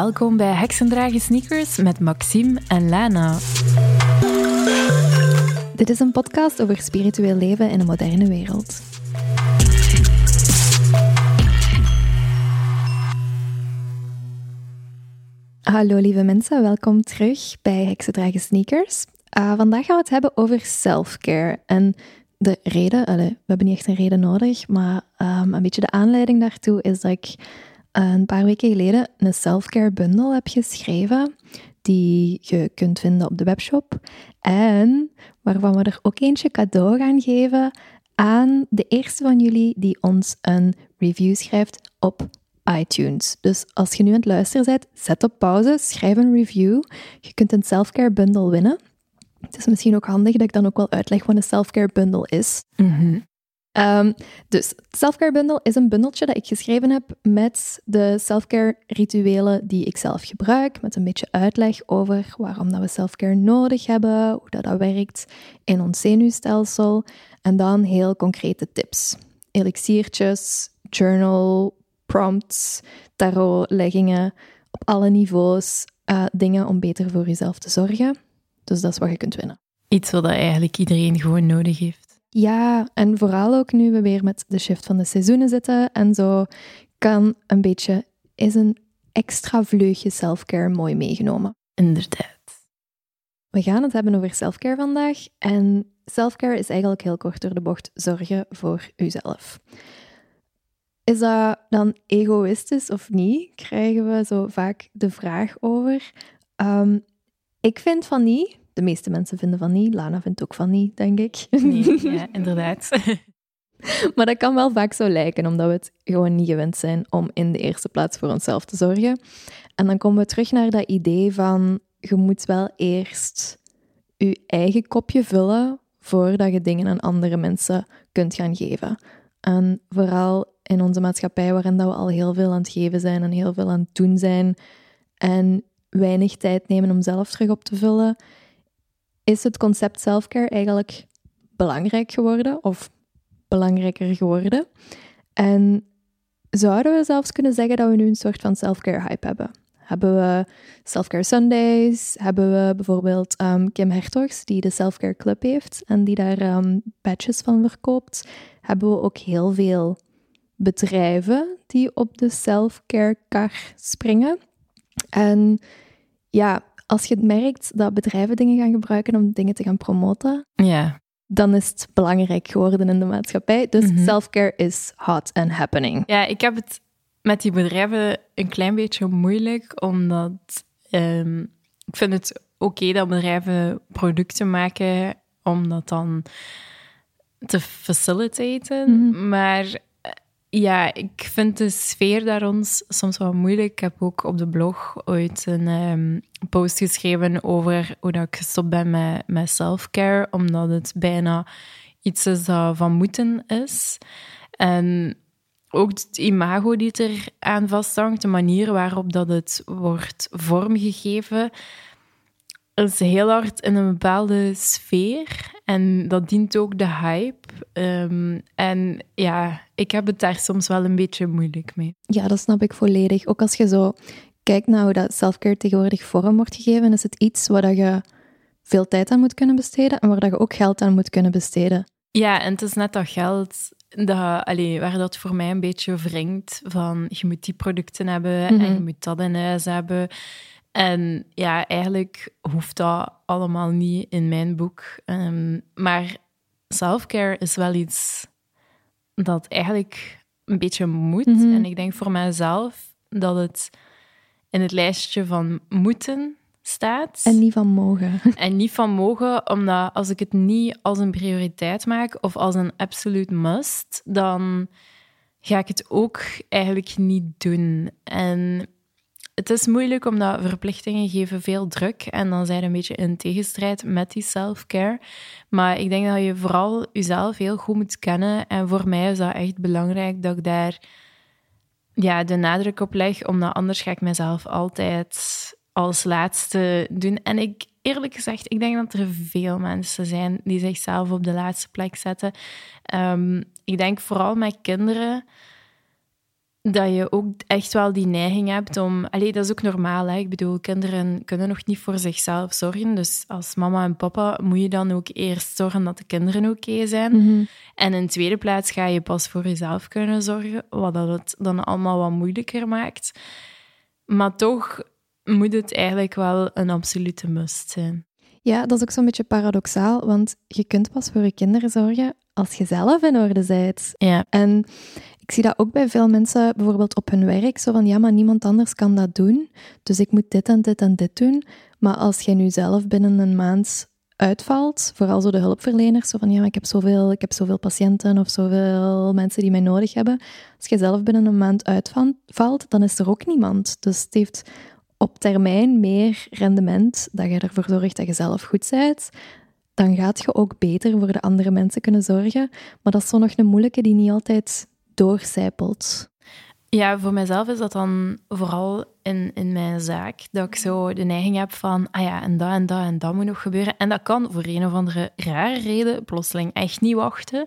Welkom bij Heksendragen Sneakers met Maxime en Lana. Dit is een podcast over spiritueel leven in een moderne wereld. Hallo lieve mensen, welkom terug bij Heksendragen Sneakers. Vandaag gaan we het hebben over self-care. En de reden, we hebben niet echt een reden nodig, maar een beetje de aanleiding daartoe is dat ik een paar weken geleden een self-care bundle heb geschreven die je kunt vinden op de webshop en waarvan we er ook eentje cadeau gaan geven aan de eerste van jullie die ons een review schrijft op iTunes. Dus als je nu aan het luisteren bent, zet op pauze, schrijf een review. Je kunt een self-care bundle winnen. Het is misschien ook handig dat ik dan ook wel uitleg wat een self-care bundle is. Mm-hmm. Dus self-care bundle is een bundeltje dat ik geschreven heb met de self-care rituelen die ik zelf gebruik, met een beetje uitleg over waarom dat we self-care nodig hebben, hoe dat werkt in ons zenuwstelsel en dan heel concrete tips. Elixiertjes, journal, prompts, tarotleggingen op alle niveaus, dingen om beter voor jezelf te zorgen. Dus dat is wat je kunt winnen. Iets wat eigenlijk iedereen gewoon nodig heeft. Ja, en vooral ook nu we weer met de shift van de seizoenen zitten en zo is een extra vleugje selfcare mooi meegenomen. Inderdaad. We gaan het hebben over selfcare vandaag en selfcare is eigenlijk heel kort door de bocht zorgen voor uzelf. Is dat dan egoïstisch of niet? Krijgen we zo vaak de vraag over. Ik vind van niet. De meeste mensen vinden van niet. Lana vindt ook van niet, denk ik. Nee, ja, inderdaad. Maar dat kan wel vaak zo lijken, omdat we het gewoon niet gewend zijn om in de eerste plaats voor onszelf te zorgen. En dan komen we terug naar dat idee van, je moet wel eerst je eigen kopje vullen voordat je dingen aan andere mensen kunt gaan geven. En vooral in onze maatschappij, waarin dat we al heel veel aan het geven zijn en heel veel aan het doen zijn en weinig tijd nemen om zelf terug op te vullen, is het concept selfcare eigenlijk belangrijk geworden of belangrijker geworden. En zouden we zelfs kunnen zeggen dat we nu een soort van selfcare hype hebben. Hebben we selfcare Sundays? Hebben we bijvoorbeeld Kim Hertogs, die de selfcare club heeft en die daar badges van verkoopt? Hebben we ook heel veel bedrijven die op de selfcare kar springen? En ja, als je merkt dat bedrijven dingen gaan gebruiken om dingen te gaan promoten, Ja. dan is het belangrijk geworden in de maatschappij. Dus selfcare is hot and happening. Ja, ik heb het met die bedrijven een klein beetje moeilijk, omdat ik vind het oké dat bedrijven producten maken om dat dan te facilitaten, maar ja, ik vind de sfeer daar ons soms wel moeilijk. Ik heb ook op de blog ooit een post geschreven over hoe dat ik gestopt ben met selfcare, omdat het bijna iets is dat van moeten is. En ook het imago die er aan vasthangt, de manier waarop dat het wordt vormgegeven, is heel hard in een bepaalde sfeer. En dat dient ook de hype. En ja, ik heb het daar soms wel een beetje moeilijk mee. Ja, dat snap ik volledig. Ook als je zo kijkt naar hoe dat selfcare tegenwoordig vorm wordt gegeven, is het iets waar dat je veel tijd aan moet kunnen besteden en waar dat je ook geld aan moet kunnen besteden. Ja, en het is net dat geld waar dat voor mij een beetje wringt. Van, je moet die producten hebben en je moet dat in huis hebben. En ja, eigenlijk hoeft dat allemaal niet in mijn boek. Maar selfcare is wel iets dat eigenlijk een beetje moet. En ik denk voor mijzelf dat het in het lijstje van moeten staat. En niet van mogen. En niet van mogen, omdat als ik het niet als een prioriteit maak of als een absolute must, dan ga ik het ook eigenlijk niet doen. En het is moeilijk, omdat verplichtingen geven veel druk en dan zijn je een beetje in tegenstrijd met die self-care. Maar ik denk dat je vooral jezelf heel goed moet kennen. En voor mij is dat echt belangrijk dat ik daar de nadruk op leg, omdat anders ga ik mezelf altijd als laatste doen. En eerlijk gezegd, ik denk dat er veel mensen zijn die zichzelf op de laatste plek zetten. Ik denk vooral met kinderen dat je ook echt wel die neiging hebt om... Allee, dat is ook normaal, hè. Ik bedoel, kinderen kunnen nog niet voor zichzelf zorgen. Dus als mama en papa moet je dan ook eerst zorgen dat de kinderen oké zijn. Mhm. En in tweede plaats ga je pas voor jezelf kunnen zorgen, wat dat het dan allemaal wat moeilijker maakt. Maar toch moet het eigenlijk wel een absolute must zijn. Ja, dat is ook zo'n beetje paradoxaal, want je kunt pas voor je kinderen zorgen als je zelf in orde bent. Ja. En ik zie dat ook bij veel mensen, bijvoorbeeld op hun werk, zo van, ja, maar niemand anders kan dat doen, dus ik moet dit en dit en dit doen. Maar als jij nu zelf binnen een maand uitvalt, vooral zo de hulpverleners, zo van, ja, maar ik heb zoveel patiënten of zoveel mensen die mij nodig hebben. Als jij zelf binnen een maand uitvalt, dan is er ook niemand. Dus het heeft op termijn meer rendement dat je ervoor zorgt dat je zelf goed bent. Dan gaat je ook beter voor de andere mensen kunnen zorgen. Maar dat is zo nog een moeilijke die niet altijd doorcijpelt. Ja, voor mijzelf is dat dan vooral in mijn zaak, dat ik zo de neiging heb van, ah ja, en dat en dat en dat moet nog gebeuren. En dat kan voor een of andere rare reden plotseling echt niet wachten.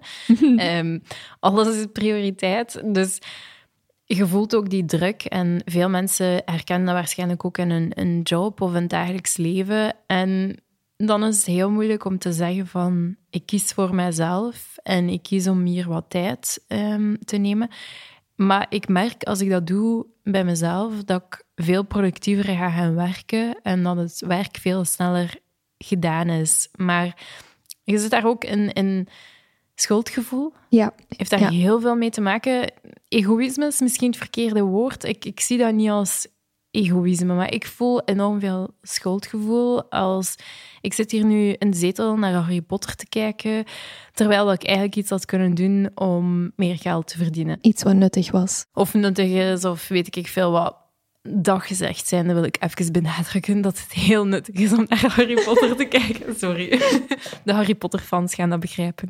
Alles is prioriteit. Dus je voelt ook die druk. En veel mensen herkennen dat waarschijnlijk ook in een job of in het dagelijks leven. En dan is het heel moeilijk om te zeggen van, ik kies voor mijzelf en ik kies om hier wat tijd te nemen. Maar ik merk, als ik dat doe bij mezelf, dat ik veel productiever ga gaan werken en dat het werk veel sneller gedaan is. Maar je zit daar ook in schuldgevoel. Ja. Heeft daar heel veel mee te maken. Egoïsme is misschien het verkeerde woord. Ik zie dat niet als egoïsme, maar ik voel enorm veel schuldgevoel als... Ik zit hier nu in de zetel naar Harry Potter te kijken, terwijl ik eigenlijk iets had kunnen doen om meer geld te verdienen. Iets wat nuttig was. Of nuttig is, of weet ik veel wat. Dat gezegd zijn, dan wil ik even benadrukken dat het heel nuttig is om naar Harry Potter te kijken. Sorry. De Harry Potter-fans gaan dat begrijpen.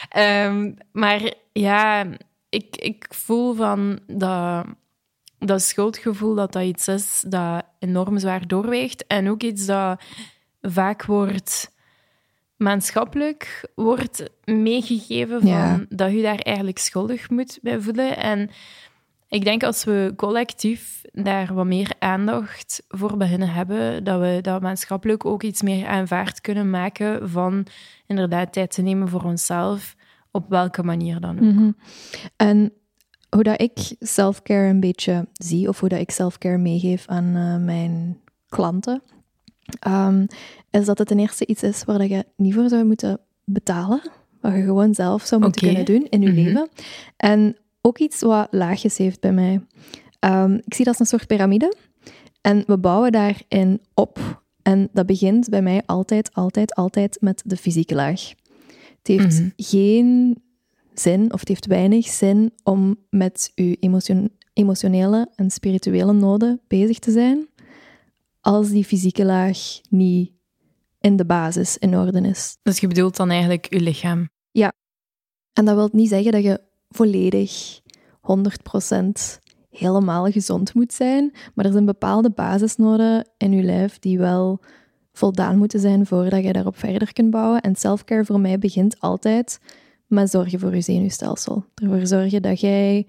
Maar ja, ik voel van dat schuldgevoel dat iets is dat enorm zwaar doorweegt. En ook iets dat vaak wordt maatschappelijk wordt meegegeven van dat je daar eigenlijk schuldig moet bij voelen. En ik denk als we collectief daar wat meer aandacht voor beginnen hebben, dat we dat maatschappelijk ook iets meer aanvaard kunnen maken van inderdaad tijd te nemen voor onszelf, op welke manier dan ook. Mm-hmm. En hoe dat ik selfcare een beetje zie, of hoe dat ik selfcare meegeef aan mijn klanten, is dat het ten eerste iets is waar je niet voor zou moeten betalen, wat je gewoon zelf zou moeten kunnen doen in je leven. En ook iets wat laagjes heeft bij mij. Ik zie dat als een soort piramide. En we bouwen daarin op. En dat begint bij mij altijd met de fysieke laag. Het heeft geen zin, of het heeft weinig zin om met je emotionele en spirituele noden bezig te zijn, als die fysieke laag niet in de basis in orde is. Dus je bedoelt dan eigenlijk je lichaam? Ja. En dat wil niet zeggen dat je volledig 100% helemaal gezond moet zijn, maar er zijn bepaalde basisnoden in je lijf die wel voldaan moeten zijn voordat je daarop verder kunt bouwen. En selfcare voor mij begint altijd met zorgen voor je zenuwstelsel. Ervoor zorgen dat jij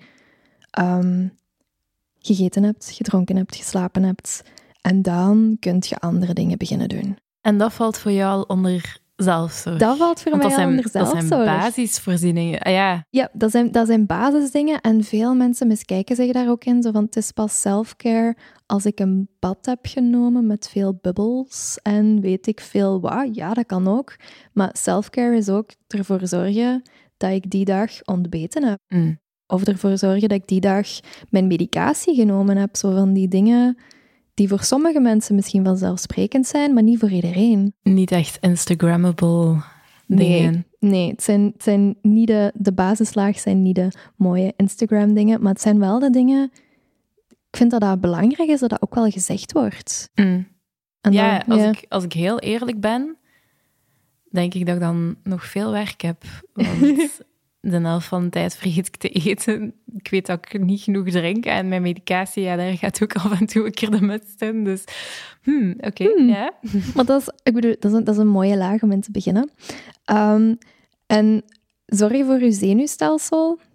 gegeten hebt, gedronken hebt, geslapen hebt. En dan kun je andere dingen beginnen doen. En dat valt voor jou al onder zelfzorg? Dat valt voor mij al onder zelfzorg. Dat zijn basisvoorzieningen. Ja, dat zijn basisdingen. En veel mensen miskijken zich daar ook in. Zo van, het is pas selfcare als ik een bad heb genomen met veel bubbels en weet ik veel wat. Ja, dat kan ook. Maar selfcare is ook ervoor zorgen dat ik die dag ontbeten heb. Of ervoor zorgen dat ik die dag mijn medicatie genomen heb. Zo van die dingen die voor sommige mensen misschien vanzelfsprekend zijn, maar niet voor iedereen. Niet echt Instagrammable dingen. Nee, het zijn niet de basislaag zijn niet de mooie Instagram-dingen, maar het zijn wel de dingen... Ik vind dat belangrijk is dat dat ook wel gezegd wordt. En als ik heel eerlijk ben, denk ik dat ik dan nog veel werk heb. Want de helft van de tijd vergeet ik te eten. Ik weet dat ik niet genoeg drink. En mijn medicatie, daar gaat ook af en toe een keer de mist in. Dus, ja. Maar dat is een mooie laag om in te beginnen. En zorg voor je zenuwstelsel.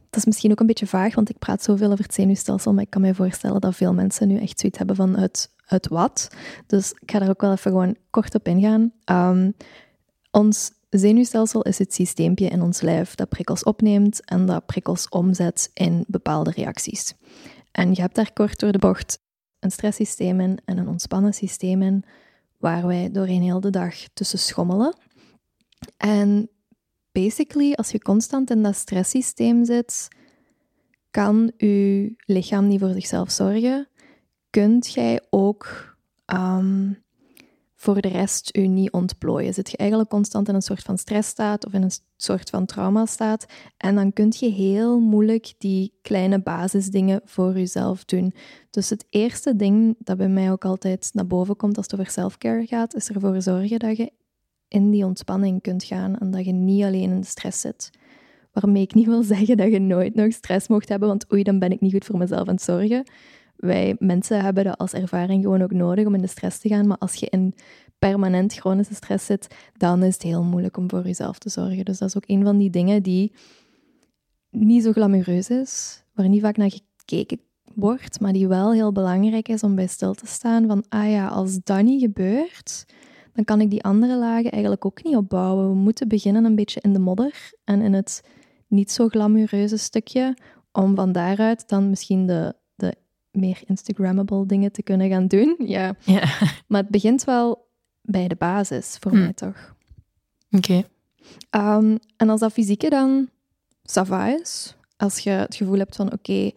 dat is misschien ook een beetje vaag, want ik praat zoveel over het zenuwstelsel, maar ik kan me voorstellen dat veel mensen nu echt zoiets hebben van het wat. Dus ik ga daar ook wel even gewoon kort op ingaan. Ons zenuwstelsel is het systeempje in ons lijf dat prikkels opneemt en dat prikkels omzet in bepaalde reacties. En je hebt daar kort door de bocht een stresssysteem in en een ontspannen systeem in, waar wij doorheen heel de dag tussen schommelen. En basically, als je constant in dat stresssysteem zit, kan je lichaam niet voor zichzelf zorgen. Kunt jij ook voor de rest je niet ontplooien. Zit je eigenlijk constant in een soort van stressstaat of in een soort van traumastaat. En dan kun je heel moeilijk die kleine basisdingen voor jezelf doen. Dus het eerste ding dat bij mij ook altijd naar boven komt als het over self-care gaat, is ervoor zorgen dat je in die ontspanning kunt gaan en dat je niet alleen in de stress zit. Waarmee ik niet wil zeggen dat je nooit nog stress mocht hebben, want oei, dan ben ik niet goed voor mezelf aan het zorgen. Wij mensen hebben dat als ervaring gewoon ook nodig om in de stress te gaan, maar als je in permanent chronische stress zit, dan is het heel moeilijk om voor jezelf te zorgen. Dus dat is ook een van die dingen die niet zo glamoureus is, waar niet vaak naar gekeken wordt, maar die wel heel belangrijk is om bij stil te staan van, als dat niet gebeurt, dan kan ik die andere lagen eigenlijk ook niet opbouwen. We moeten beginnen een beetje in de modder en in het niet zo glamoureuze stukje, om van daaruit dan misschien de meer Instagrammable dingen te kunnen gaan doen. Ja. Maar het begint wel bij de basis, voor mij toch. Oké. En als dat fysieke dan ça va is, als je het gevoel hebt van oké,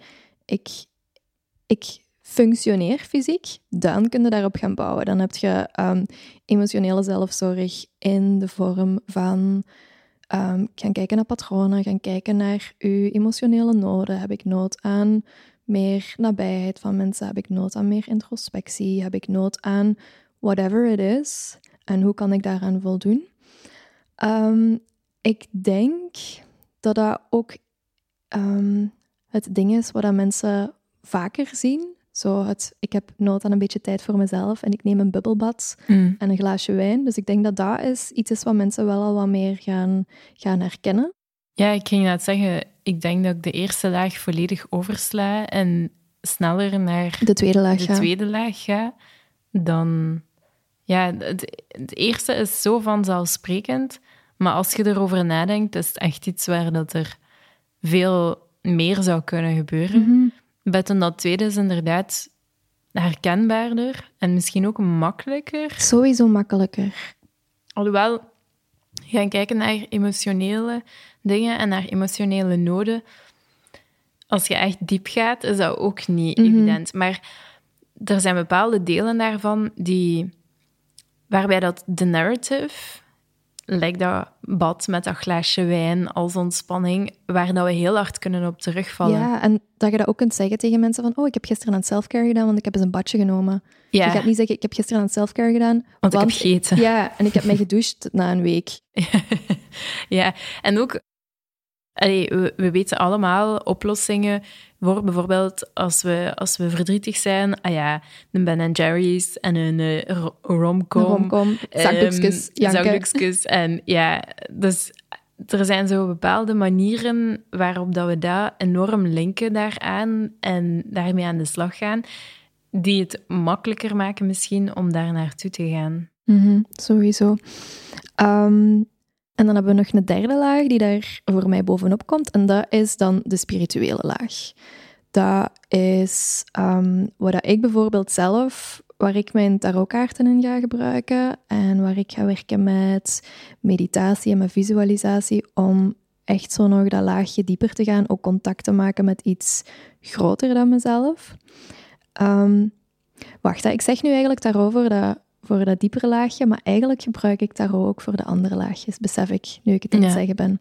ik functioneer fysiek, dan kun je daarop gaan bouwen. Dan heb je emotionele zelfzorg in de vorm van gaan kijken naar patronen, gaan kijken naar je emotionele noden. Heb ik nood aan meer nabijheid van mensen? Heb ik nood aan meer introspectie? Heb ik nood aan whatever it is? En hoe kan ik daaraan voldoen? Ik denk dat dat ook het ding is wat mensen vaker zien. Ik heb nood aan een beetje tijd voor mezelf en ik neem een bubbelbad en een glaasje wijn. Dus ik denk dat dat iets is wat mensen wel al wat meer gaan herkennen. Ja, ik ging net zeggen, ik denk dat ik de eerste laag volledig oversla en sneller naar de tweede laag ga dan... Ja, het eerste is zo vanzelfsprekend, maar als je erover nadenkt, is het echt iets waar dat er veel meer zou kunnen gebeuren. Mm-hmm. Dat tweede is inderdaad herkenbaarder en misschien ook makkelijker. Sowieso makkelijker. Alhoewel, gaan kijken naar emotionele dingen en naar emotionele noden. Als je echt diep gaat, is dat ook niet evident. Maar er zijn bepaalde delen daarvan waarbij dat de narrative, lijkt dat bad met dat glaasje wijn als ontspanning, waar dat we heel hard kunnen op terugvallen. Ja, en dat je dat ook kunt zeggen tegen mensen van ik heb gisteren aan selfcare gedaan, want ik heb eens een badje genomen. Ja. Je gaat niet zeggen, ik heb gisteren aan selfcare gedaan, want ik heb gegeten. Ja, en ik heb mij gedoucht na een week. Ja, en ook... we weten allemaal oplossingen voor bijvoorbeeld als we verdrietig zijn. Een Ben & Jerry's en een romcom. Zakdoekjes. En ja, dus er zijn zo bepaalde manieren waarop dat we dat enorm linken daaraan en daarmee aan de slag gaan, die het makkelijker maken misschien om daar naartoe te gaan. Sowieso. En dan hebben we nog een derde laag die daar voor mij bovenop komt. En dat is dan de spirituele laag. Dat is wat ik bijvoorbeeld zelf, waar ik mijn tarotkaarten in ga gebruiken en waar ik ga werken met meditatie en met visualisatie om echt zo nog dat laagje dieper te gaan, ook contact te maken met iets groter dan mezelf. Ik zeg nu eigenlijk tarot voor dat diepere laagje, maar eigenlijk gebruik ik tarot ook voor de andere laagjes, besef ik, nu ik het aan het zeggen ben.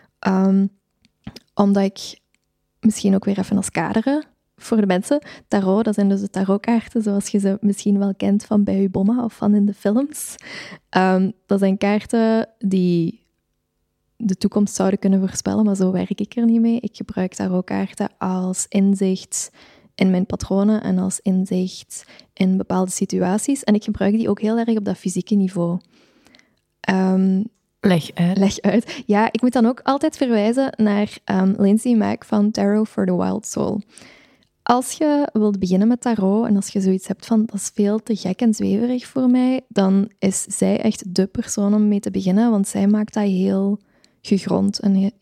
Omdat ik misschien ook weer even als kaderen voor de mensen. Tarot, dat zijn dus de tarotkaarten, zoals je ze misschien wel kent van bij je bomma of van in de films. Dat zijn kaarten die de toekomst zouden kunnen voorspellen, maar zo werk ik er niet mee. Ik gebruik tarotkaarten als inzicht in mijn patronen en als inzicht in bepaalde situaties. En ik gebruik die ook heel erg op dat fysieke niveau. Leg uit. Ja, ik moet dan ook altijd verwijzen naar Lindsay Mack van Tarot for the Wild Soul. Als je wilt beginnen met tarot en als je zoiets hebt van dat is veel te gek en zweverig voor mij, dan is zij echt de persoon om mee te beginnen, want zij maakt dat heel gegrond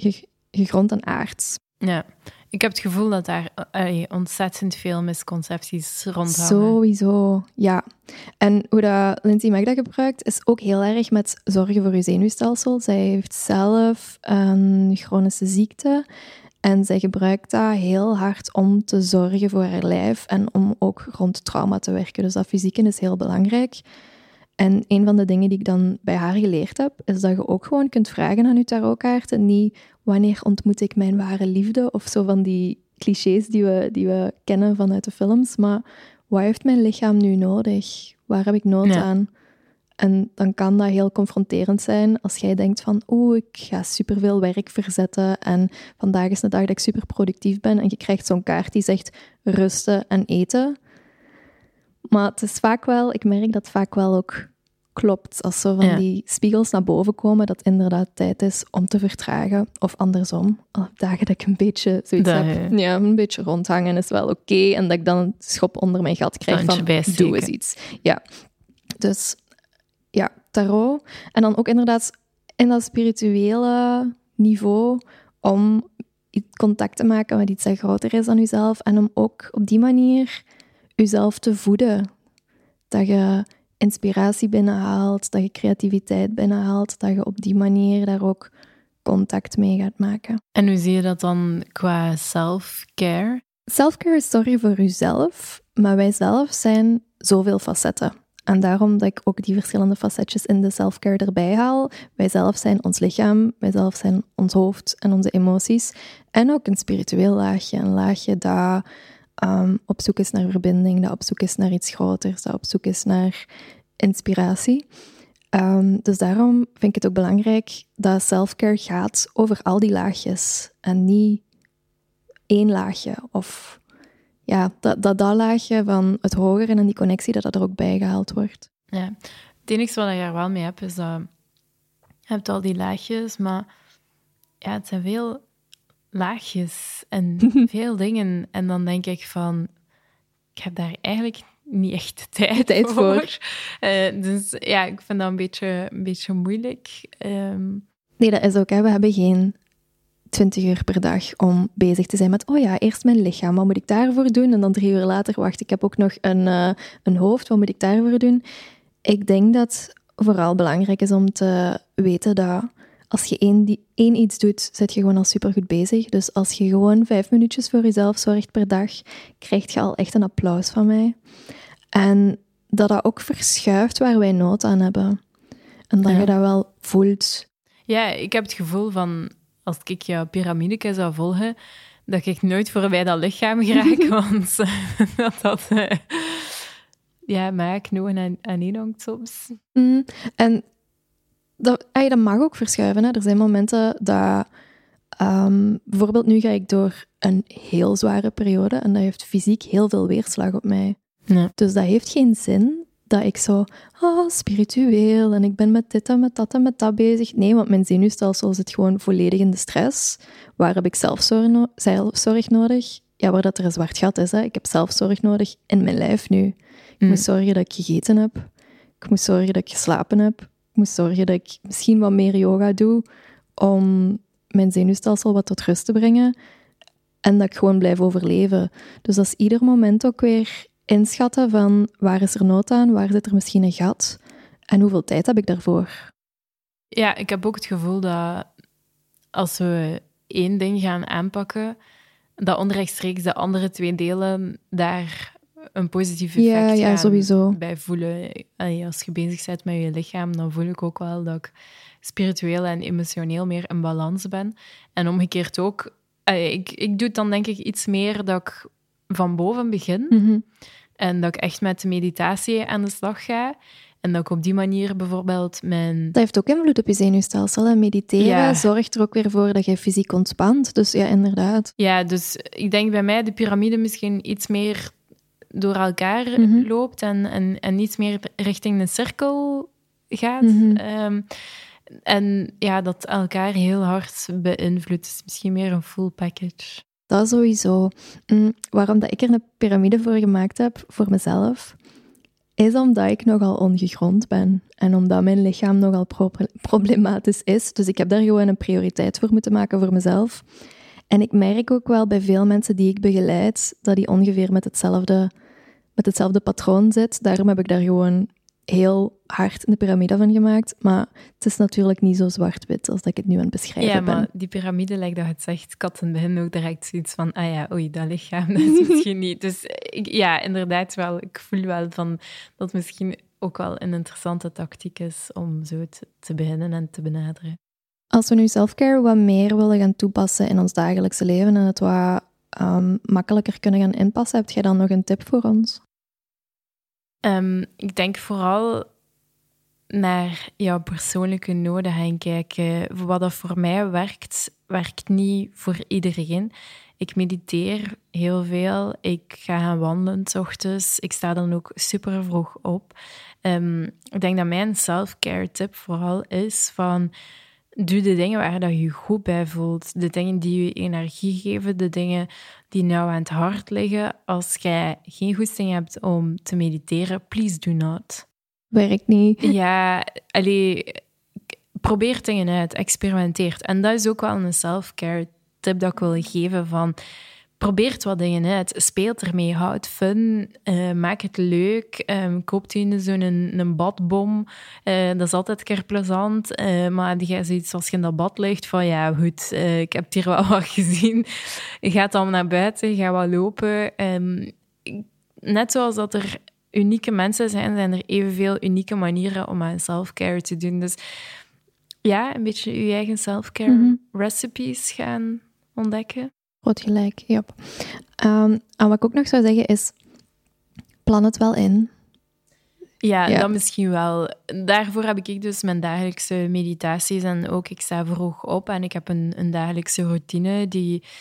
en aards. Ja, ik heb het gevoel dat daar ontzettend veel misconcepties rond hangen. Sowieso, ja. En hoe dat Lindsay Mack dat gebruikt, is ook heel erg met zorgen voor je zenuwstelsel. Zij heeft zelf een chronische ziekte en zij gebruikt dat heel hard om te zorgen voor haar lijf en om ook rond trauma te werken. Dus dat fysieke is heel belangrijk. En een van de dingen die ik dan bij haar geleerd heb, is dat je ook gewoon kunt vragen aan je tarotkaarten. Niet wanneer ontmoet ik mijn ware liefde of zo van die clichés die we kennen vanuit de films. Maar wat heeft mijn lichaam nu nodig? Waar heb ik nood aan? En dan kan dat heel confronterend zijn als jij denkt van ik ga superveel werk verzetten en vandaag is de dag dat ik super productief ben en je krijgt zo'n kaart die zegt rusten en eten. Maar het is vaak wel, ik merk dat het vaak wel ook klopt. Als zo van die spiegels naar boven komen, dat het inderdaad tijd is om te vertragen. Of andersom, op dagen dat ik een beetje zoiets heb. Ja, een beetje rondhangen is wel oké. En dat ik dan een schop onder mijn gat krijg van, doe eens iets. Ja, dus ja, tarot. En dan ook inderdaad in dat spirituele niveau om contact te maken met iets dat groter is dan jezelf. En om ook op die manier jezelf te voeden. Dat je inspiratie binnenhaalt, dat je creativiteit binnenhaalt, dat je op die manier daar ook contact mee gaat maken. En hoe zie je dat dan qua self-care? Self-care is zorgen voor jezelf, maar wij zelf zijn zoveel facetten. En daarom dat ik ook die verschillende facetjes in de self-care erbij haal. Wij zelf zijn ons lichaam, wij zelf zijn ons hoofd en onze emoties. En ook een spiritueel laagje, een laagje dat op zoek is naar verbinding, dat op zoek is naar iets groters, dat op zoek is naar inspiratie. Dus daarom vind ik het ook belangrijk dat self-care gaat over al die laagjes en niet één laagje. Of ja, dat laagje van het hogere en die connectie, dat er ook bijgehaald wordt. Ja, het enige wat ik er wel mee heb, is dat je hebt al die laagjes, maar ja, het zijn veel laagjes en veel dingen. En dan denk ik van, ik heb daar eigenlijk niet echt tijd voor. Dus ja, ik vind dat een beetje moeilijk. Nee, dat is ook. Hè. We hebben geen 20 uur per dag om bezig te zijn met, eerst mijn lichaam, wat moet ik daarvoor doen? En dan 3 uur later, wacht, ik heb ook nog een hoofd, wat moet ik daarvoor doen? Ik denk dat het vooral belangrijk is om te weten dat als je één iets doet, zit je gewoon al supergoed bezig. Dus als je gewoon 5 minuutjes voor jezelf zorgt per dag, krijg je al echt een applaus van mij. En dat ook verschuift waar wij nood aan hebben. En dat je dat wel voelt. Ja, ik heb het gevoel van, als ik jouw piramide zou volgen, dat ik nooit voorbij dat lichaam geraak, want mijn knogen aan één hangt soms. En dat mag ook verschuiven. Hè. Er zijn momenten dat... bijvoorbeeld nu ga ik door een heel zware periode en dat heeft fysiek heel veel weerslag op mij. Nee. Dus dat heeft geen zin dat ik zo spiritueel en ik ben met dit en met dat en met dat bezig. Nee, want mijn zenuwstelsel zit gewoon volledig in de stress. Waar heb ik zelfzorg nodig? Ja, waar dat er een zwart gat is. Hè. Ik heb zelfzorg nodig in mijn lijf nu. Ik moet zorgen dat ik gegeten heb. Ik moet zorgen dat ik geslapen heb. Ik moet zorgen dat ik misschien wat meer yoga doe om mijn zenuwstelsel wat tot rust te brengen. En dat ik gewoon blijf overleven. Dus dat is ieder moment ook weer inschatten van waar is er nood aan, waar zit er misschien een gat en hoeveel tijd heb ik daarvoor. Ja, ik heb ook het gevoel dat als we één ding gaan aanpakken, dat onrechtstreeks de andere 2 delen daar een positief effect gaan sowieso bij voelen. Als je bezig bent met je lichaam, dan voel ik ook wel dat ik spiritueel en emotioneel meer in balans ben. En omgekeerd ook. Ik doe het dan denk ik iets meer dat ik van boven begin. Mm-hmm. En dat ik echt met de meditatie aan de slag ga. En dat ik op die manier bijvoorbeeld Dat heeft ook invloed op je zenuwstelsel. En mediteren zorgt er ook weer voor dat je fysiek ontspant. Dus ja, inderdaad. Ja, dus ik denk bij mij de piramide misschien iets meer door elkaar loopt en iets meer richting een cirkel gaat. En ja, dat elkaar heel hard beïnvloedt. Dus misschien meer een full package. Dat sowieso. Waarom dat ik er een piramide voor gemaakt heb, voor mezelf, is omdat ik nogal ongegrond ben. En omdat mijn lichaam nogal problematisch is. Dus ik heb daar gewoon een prioriteit voor moeten maken voor mezelf. En ik merk ook wel bij veel mensen die ik begeleid, dat die ongeveer met hetzelfde patroon zit. Daarom heb ik daar gewoon heel hard een piramide van gemaakt. Maar het is natuurlijk niet zo zwart-wit als dat ik het nu aan het beschrijven ben. Ja, maar die piramide, lijkt dat je het zegt, ik had in het begin ook direct zoiets van, oei, dat lichaam, dat is misschien niet. Dus inderdaad wel, ik voel wel van dat het misschien ook wel een interessante tactiek is om zo te beginnen en te benaderen. Als we nu selfcare wat meer willen gaan toepassen in ons dagelijkse leven en het wat makkelijker kunnen gaan inpassen, heb jij dan nog een tip voor ons? Ik denk vooral naar jouw persoonlijke noden gaan kijken. Wat dat voor mij werkt, werkt niet voor iedereen. Ik mediteer heel veel. Ik ga gaan wandelen 's ochtends. Ik sta dan ook super vroeg op. Ik denk dat mijn self-care tip vooral is van... Doe de dingen waar dat je je goed bij voelt. De dingen die je energie geven. De dingen die nou aan het hart liggen. Als jij geen goesting hebt om te mediteren, please do not. Werkt niet. Ja, probeer dingen uit. Experimenteer. En dat is ook wel een self-care tip dat ik wil geven van... Probeer wat dingen uit. Speel ermee. Houd het fun. Maak het leuk. Koop je zo'n badbom. Dat is altijd een keer plezant. Maar die gaat zoiets als je in dat bad ligt van ja, goed, ik heb hier wel wat gezien. Je gaat dan naar buiten, je gaat wat lopen. Net zoals dat er unieke mensen zijn, zijn er evenveel unieke manieren om aan self-care te doen. Dus ja, een beetje je eigen self-care recipes gaan ontdekken. Groot gelijk, ja. En wat ik ook nog zou zeggen is, plan het wel in. Ja, dat misschien wel. Daarvoor heb ik dus mijn dagelijkse meditaties en ook ik sta vroeg op en ik heb een dagelijkse routine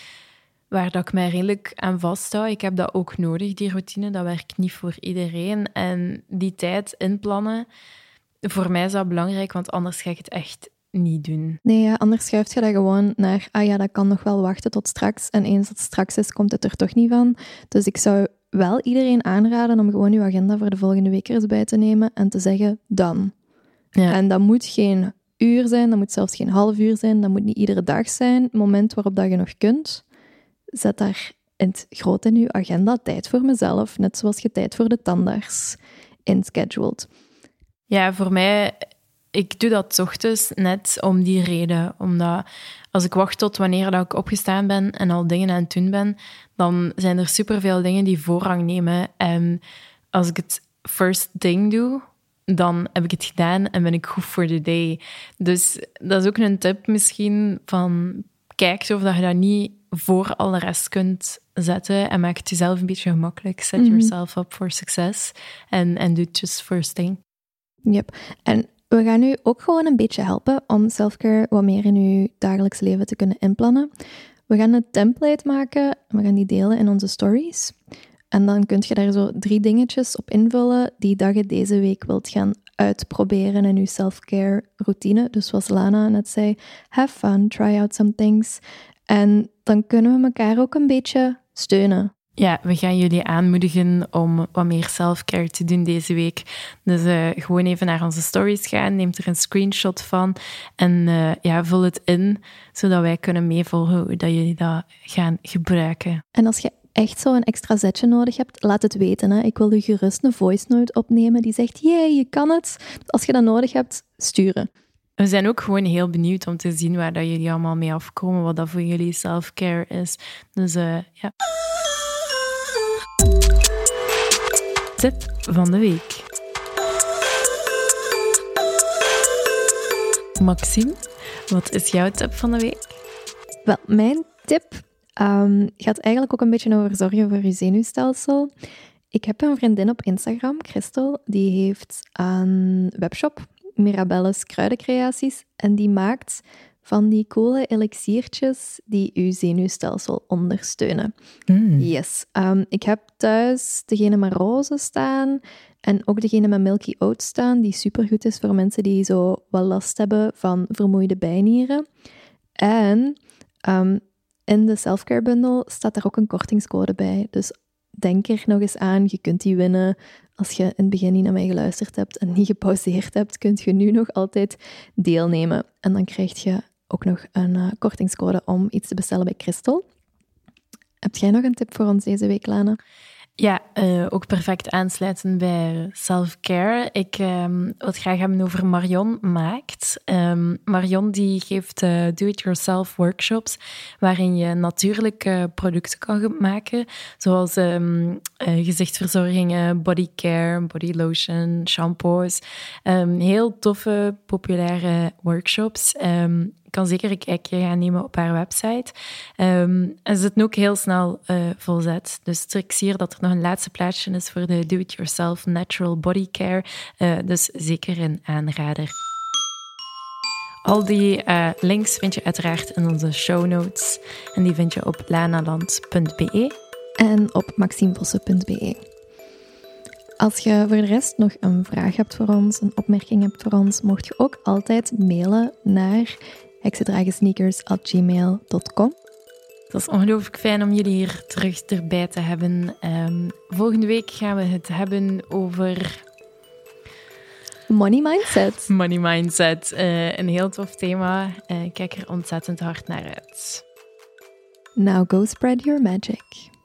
waar dat ik mij redelijk aan vasthoud. Ik heb dat ook nodig, die routine. Dat werkt niet voor iedereen. En die tijd inplannen, voor mij is dat belangrijk, want anders ga ik het echt niet doen. Nee, ja, anders schuift je dat gewoon naar, dat kan nog wel wachten tot straks. En eens dat straks is, komt het er toch niet van. Dus ik zou wel iedereen aanraden om gewoon uw agenda voor de volgende week er eens bij te nemen en te zeggen, dan. Ja. En dat moet geen uur zijn, dat moet zelfs geen half uur zijn, dat moet niet iedere dag zijn. Het moment waarop dat je nog kunt, zet daar in het groot in uw agenda tijd voor mezelf, net zoals je tijd voor de tandarts inscheduled. Ja, voor mij... Ik doe dat 's ochtends net om die reden. Omdat als ik wacht tot wanneer dat ik opgestaan ben en al dingen aan het doen ben, dan zijn er superveel dingen die voorrang nemen. En als ik het first thing doe, dan heb ik het gedaan en ben ik goed voor de day. Dus dat is ook een tip misschien van kijk of dat je dat niet voor al de rest kunt zetten en maak het jezelf een beetje gemakkelijk. Set yourself up for success en do it just first thing. Yep. En we gaan u ook gewoon een beetje helpen om selfcare wat meer in uw dagelijks leven te kunnen inplannen. We gaan een template maken en we gaan die delen in onze stories. En dan kun je daar zo 3 dingetjes op invullen die dat je deze week wilt gaan uitproberen in uw selfcare routine. Dus zoals Lana net zei, have fun, try out some things. En dan kunnen we elkaar ook een beetje steunen. Ja, we gaan jullie aanmoedigen om wat meer self-care te doen deze week. Dus gewoon even naar onze stories gaan, neem er een screenshot van en vul het in, zodat wij kunnen meevolgen hoe dat jullie dat gaan gebruiken. En als je echt zo een extra zetje nodig hebt, laat het weten. Hè. Ik wil je gerust een voice note opnemen die zegt, je kan het. Als je dat nodig hebt, sturen. We zijn ook gewoon heel benieuwd om te zien waar dat jullie allemaal mee afkomen, wat dat voor jullie self-care is. Dus ja... Tip van de week. Maxime, wat is jouw tip van de week? Wel, mijn tip gaat eigenlijk ook een beetje over zorgen voor je zenuwstelsel. Ik heb een vriendin op Instagram, Christel, die heeft een webshop, Mirabelle's Kruidencreaties, en die maakt van die coole elixiertjes die uw zenuwstelsel ondersteunen. Yes. Ik heb thuis degene met roze staan en ook degene met milky oat staan, die supergoed is voor mensen die zo wat last hebben van vermoeide bijnieren. En in de selfcare bundle staat daar ook een kortingscode bij. Dus denk er nog eens aan, je kunt die winnen. Als je in het begin niet naar mij geluisterd hebt en niet gepauzeerd hebt, kun je nu nog altijd deelnemen. En dan krijg je ook nog een kortingscode om iets te bestellen bij Christel. Heb jij nog een tip voor ons deze week, Lana? Ja, ook perfect aansluiten bij self-care. Ik wil het graag hebben over Marion Maakt. Marion die geeft do-it-yourself workshops waarin je natuurlijke producten kan maken, zoals gezichtsverzorgingen, bodycare, body lotion, shampoos. Heel toffe, populaire workshops. Ik kan zeker een kijkje gaan nemen op haar website. En ze zitten ook heel snel volzet. Dus ik zie hier dat er nog een laatste plaatsje is voor de do-it-yourself natural body care. Dus zeker een aanrader. Al die links vind je uiteraard in onze show notes. En die vind je op lanaland.be. En op maxiembossen.be. Als je voor de rest nog een vraag hebt voor ons, een opmerking hebt voor ons, mocht je ook altijd mailen naar heksendragensneakers@gmail.com. Het is ongelooflijk fijn om jullie hier terug erbij te hebben. Volgende week gaan we het hebben over money mindset. Money mindset. Een heel tof thema. Ik kijk er ontzettend hard naar uit. Now go spread your magic.